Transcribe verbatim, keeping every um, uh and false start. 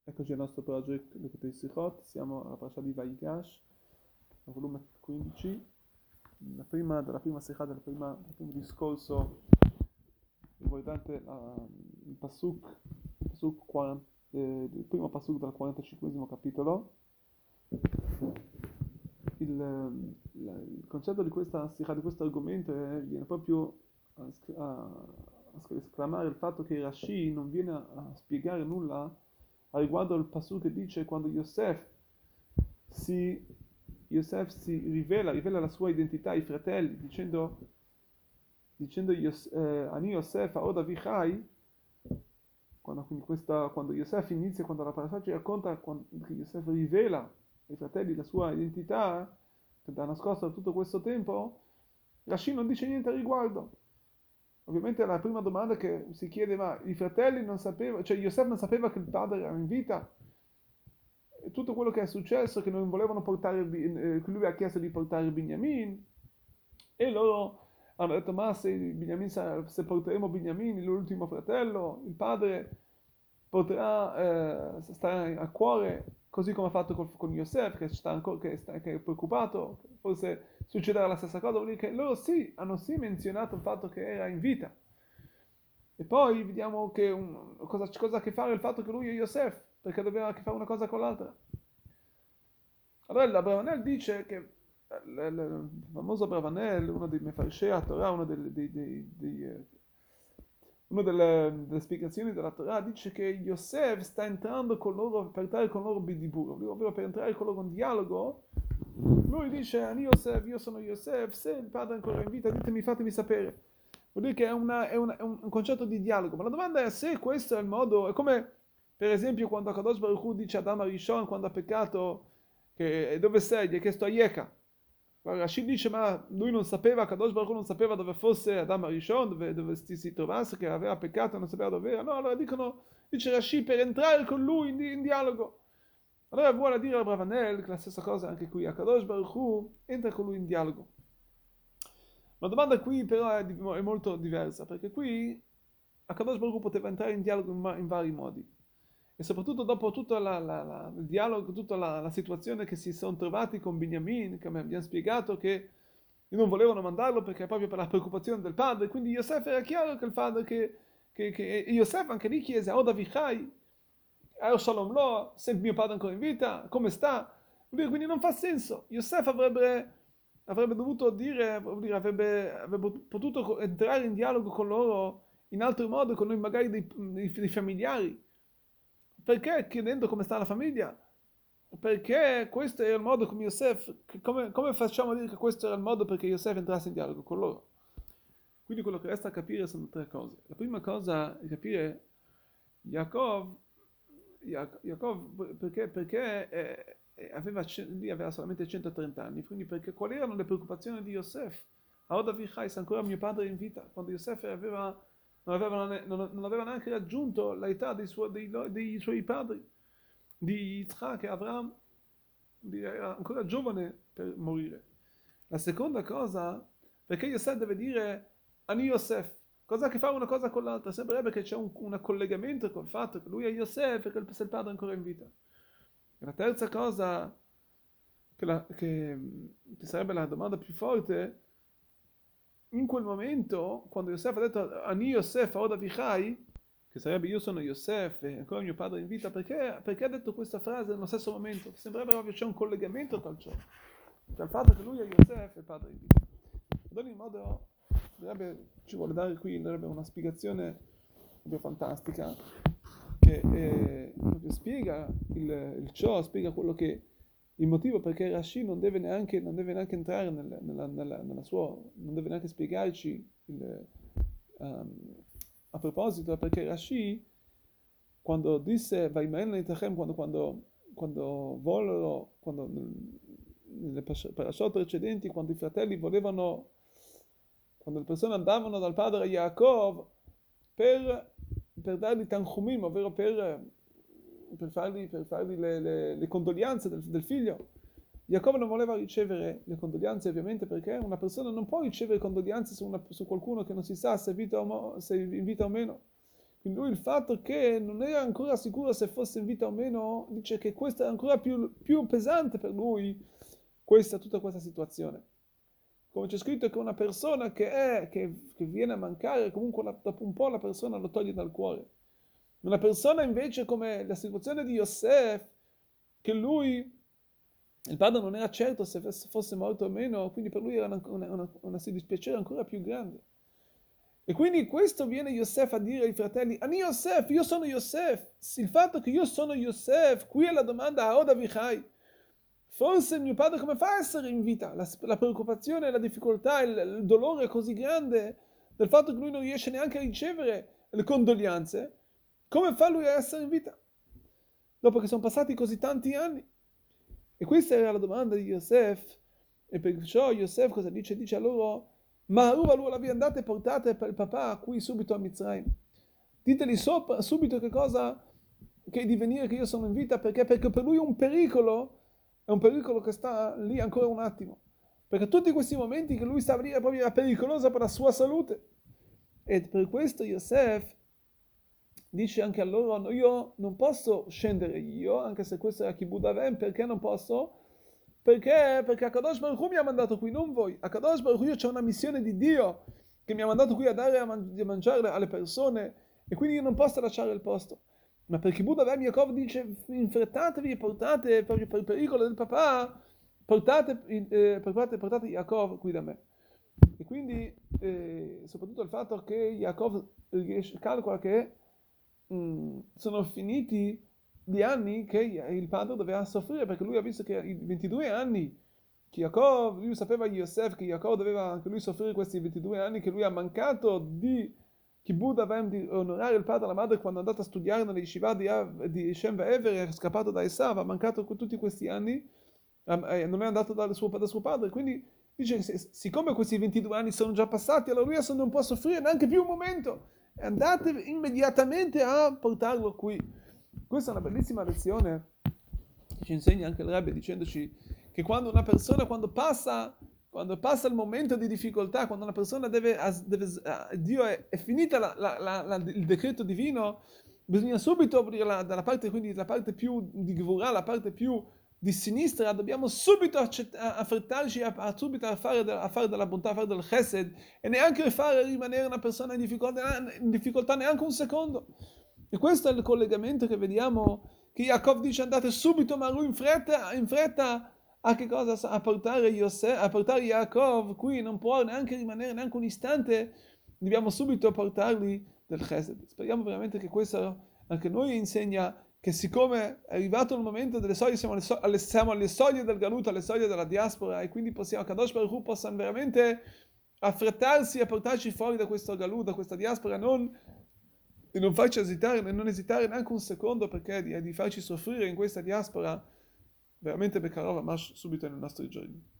Eccoci al nostro project Lekutei Sichot, siamo alla parasha di Vayigash, al volume quindici, la prima, dalla prima Sichot, del primo discorso riguardante uh, il Pasuk, il, pasuk quaranta, eh, il primo Pasuk del quarantacinquesimo capitolo. Il, il, il concetto di questa Sichot, di questo argomento è, viene proprio a, a, a esclamare il fatto che Rashi non viene a, a spiegare nulla a riguardo al pasuk che dice quando Yosef si, Yosef si rivela, rivela la sua identità ai fratelli dicendo, dicendo Yos, eh, Ani Yosef Aod Avichai, quando, quindi questa, quando Yosef inizia, quando la parasha ci racconta quando, che Yosef rivela ai fratelli la sua identità che da nascosta da tutto questo tempo, Rashi non dice niente al riguardo. Ovviamente la prima domanda che si chiede, ma i fratelli non sapevano, cioè Yosef non sapeva che il padre era in vita? E tutto quello che è successo, che non volevano portare, eh, che lui ha chiesto di portare Binyamin, e loro hanno detto, ma se, Binyamin, se porteremo Binyamin, l'ultimo fratello, il padre potrà eh, stare a cuore, così come ha fatto con, con Yosef, che, sta ancora, che, sta, che è preoccupato, forse succederà la stessa cosa, vuol dire che loro sì, hanno sì menzionato il fatto che era in vita. E poi vediamo che un, cosa, cosa ha a che fare il fatto che lui è Yosef, perché doveva a che fare una cosa con l'altra. Allora la Bravanel dice che il famoso Bravanel, uno dei Mefarshei Torah, uno dei, dei, dei, dei eh, una delle, delle spiegazioni della Torah dice che Yosef sta entrando con loro per entrare con loro bidibur, ovvero per entrare con loro in dialogo. Lui dice, Ani Yosef, io sono Yosef, se il padre è ancora in vita ditemi, fatemi sapere. Vuol dire che è, una, è, una, è un concetto di dialogo, ma la domanda è se questo è il modo, è come per esempio quando Kadosh Baruch Hu dice ad Adam Arishon quando ha peccato, che dove sei? Gli ha chiesto a Yeka. Rashi dice, ma lui non sapeva, Kadosh Baruch Hu non sapeva dove fosse Adam Arishon, dove, dove si, si trovasse, che aveva peccato e non sapeva dove era. No, allora dicono, dice Rashi, per entrare con lui in, in dialogo. Allora vuole dire a Bravanel che la stessa cosa anche qui, a Kadosh Baruch Hu entra con lui in dialogo. La domanda qui però è, è molto diversa, perché qui a Kadosh Baruch Hu poteva entrare in dialogo in, in vari modi. E soprattutto dopo tutto la, la, la, il dialogo, tutta la, la situazione che si sono trovati con Binyamin, che abbiamo spiegato che non volevano mandarlo perché proprio per la preoccupazione del padre, quindi Yosef era chiaro che il padre, che, che, che Yosef anche lì chiese, Oda Vichai, Shalom Lo, se mio padre è ancora in vita, come sta? Quindi non fa senso. Yosef avrebbe, avrebbe dovuto dire, avrebbe, avrebbe potuto entrare in dialogo con loro in altro modo, con noi magari dei, dei, dei familiari. Perché chiedendo come sta la famiglia? Perché questo era il modo come Yosef, come, come facciamo a dire che questo era il modo perché Yosef entrasse in dialogo con loro? Quindi quello che resta a capire sono tre cose. La prima cosa è capire Yaakov, Yaakov perché, perché eh, eh, aveva, lui aveva solamente centotrenta anni, quindi perché quali erano le preoccupazioni di Yosef? Aoda Vichai, se ancora mio padre è in vita, quando Yosef aveva, non, aveva, non, non aveva neanche raggiunto l'età dei, suoi, dei, dei suoi padri, di Yitzhak e Abraham, era ancora giovane per morire. La seconda cosa, perché Yosef deve dire Ani Yosef, cosa che fa una cosa con l'altra? Sembrerebbe che c'è un, un collegamento col fatto che lui è Yosef e che il padre è ancora in vita. E la terza cosa, che, la, che, che sarebbe la domanda più forte, in quel momento, quando Yosef ha detto Ani Yosef, Aoda Vichai, che sarebbe io sono Yosef e ancora mio padre in vita, perché, perché ha detto questa frase nello stesso momento? Sembrerebbe proprio c'è un collegamento tra ciò, tra il fatto che lui è Yosef e il padre in vita. Ad ogni modo, dovrebbe, ci vuole dare qui dovrebbe una spiegazione proprio fantastica che, eh, che spiega il, il ciò, spiega quello che il motivo perché Rashi non deve neanche, non deve neanche entrare nel, nella, nella, nella sua, non deve neanche spiegarci il, um, a proposito, perché Rashi quando disse Vaimaen Neitachem, quando, quando, quando vollero, quando nelle parashot precedenti, quando i fratelli volevano, quando le persone andavano dal padre Yaakov per, per dargli tanchumim, ovvero per, per fargli, per fargli le, le, le condoglianze del, del figlio, Yaakov non voleva ricevere le condoglianze, ovviamente, perché una persona non può ricevere condoglianze su, una, su qualcuno che non si sa se è, vita o mo, se è in vita o meno. Quindi lui il fatto che non era ancora sicuro se fosse in vita o meno, dice che questo è ancora più, più pesante per lui, questa, tutta questa situazione. Come c'è scritto che una persona che è, che, che viene a mancare, comunque la, dopo un po' la persona lo toglie dal cuore. Una persona invece come la situazione di Yosef, che lui, il padre non era certo se fosse morto o meno, quindi per lui era una, una, una, una dispiacere ancora più grande. E quindi questo viene Yosef a dire ai fratelli, Ani Yosef, io sono Yosef, il fatto che io sono Yosef, qui è la domanda a Oda Vichai. Forse mio padre come fa a essere in vita? La, la preoccupazione, la difficoltà, il, il dolore così grande del fatto che lui non riesce neanche a ricevere le condoglianze, come fa lui a essere in vita? Dopo che sono passati così tanti anni. E questa era la domanda di Yosef, e perciò Yosef cosa dice? Dice a loro, ma Aruva loro vi andate e portate per il papà qui subito a Mitzrayim. Diteli sopra, subito che cosa, che di venire che io sono in vita, perché? Perché per lui è un pericolo, è un pericolo che sta lì ancora un attimo. Perché tutti questi momenti che lui stava lì proprio era pericolosa per la sua salute. E per questo Yosef dice anche a loro, no, io non posso scendere io, anche se questo era Kibud Avem, perché non posso? Perché? Perché Akadosh Baruch Hu mi ha mandato qui, non voi. Akadosh Baruch Hu, io c'ho una missione di Dio che mi ha mandato qui a dare a man- a mangiare alle persone e quindi io non posso lasciare il posto. Ma per Kibud Avem Yaakov dice infrettatevi e portate proprio per il pericolo del papà, portate, eh, portate, portate Yaakov qui da me. E quindi eh, soprattutto il fatto che Yaakov calcola che mh, sono finiti gli anni che il padre doveva soffrire, perché lui ha visto che i ventidue anni che Jacob, lui sapeva Yosef che Jacob doveva anche lui soffrire questi ventidue anni che lui ha mancato di Kibud Avem, di onorare il padre e la madre quando è andato a studiare nelle yeshiva di, di Shem Ve'ever, è scappato da Esav, ha mancato tutti questi anni, eh, non è andato dal suo, da suo padre, quindi dice che siccome questi ventidue anni sono già passati, allora lui adesso non può soffrire neanche più un momento, andate immediatamente a portarlo qui. Questa è una bellissima lezione che ci insegna anche il Rebbe dicendoci che quando una persona, quando passa, quando passa il momento di difficoltà, quando una persona deve, deve Dio è, è finita la, la, la, la, il decreto divino, bisogna subito aprire la, dalla parte, quindi la parte più di Gvurah, la parte più di sinistra, dobbiamo subito affrettarci a, a, subito a fare, a fare della bontà, a fare del chesed e neanche fare rimanere una persona in difficoltà, in difficoltà neanche un secondo. E questo è il collegamento che vediamo che Yaakov dice andate subito, ma lui in fretta, in fretta a che cosa? A portare Yosef, a portare Yaakov qui, non può neanche rimanere neanche un istante, dobbiamo subito portarli del chesed. Speriamo veramente che questo anche noi insegna che siccome è arrivato il momento delle soglie, siamo alle, so- alle, siamo alle soglie del galut, alle soglie della diaspora e quindi possiamo, Kadosh Baruch Hu possano veramente affrettarsi a portarci fuori da questo galut, da questa diaspora, non e non farci esitare, non esitare neanche un secondo perché di, di farci soffrire in questa diaspora veramente Bekarov Amash subito nei nostri giorni.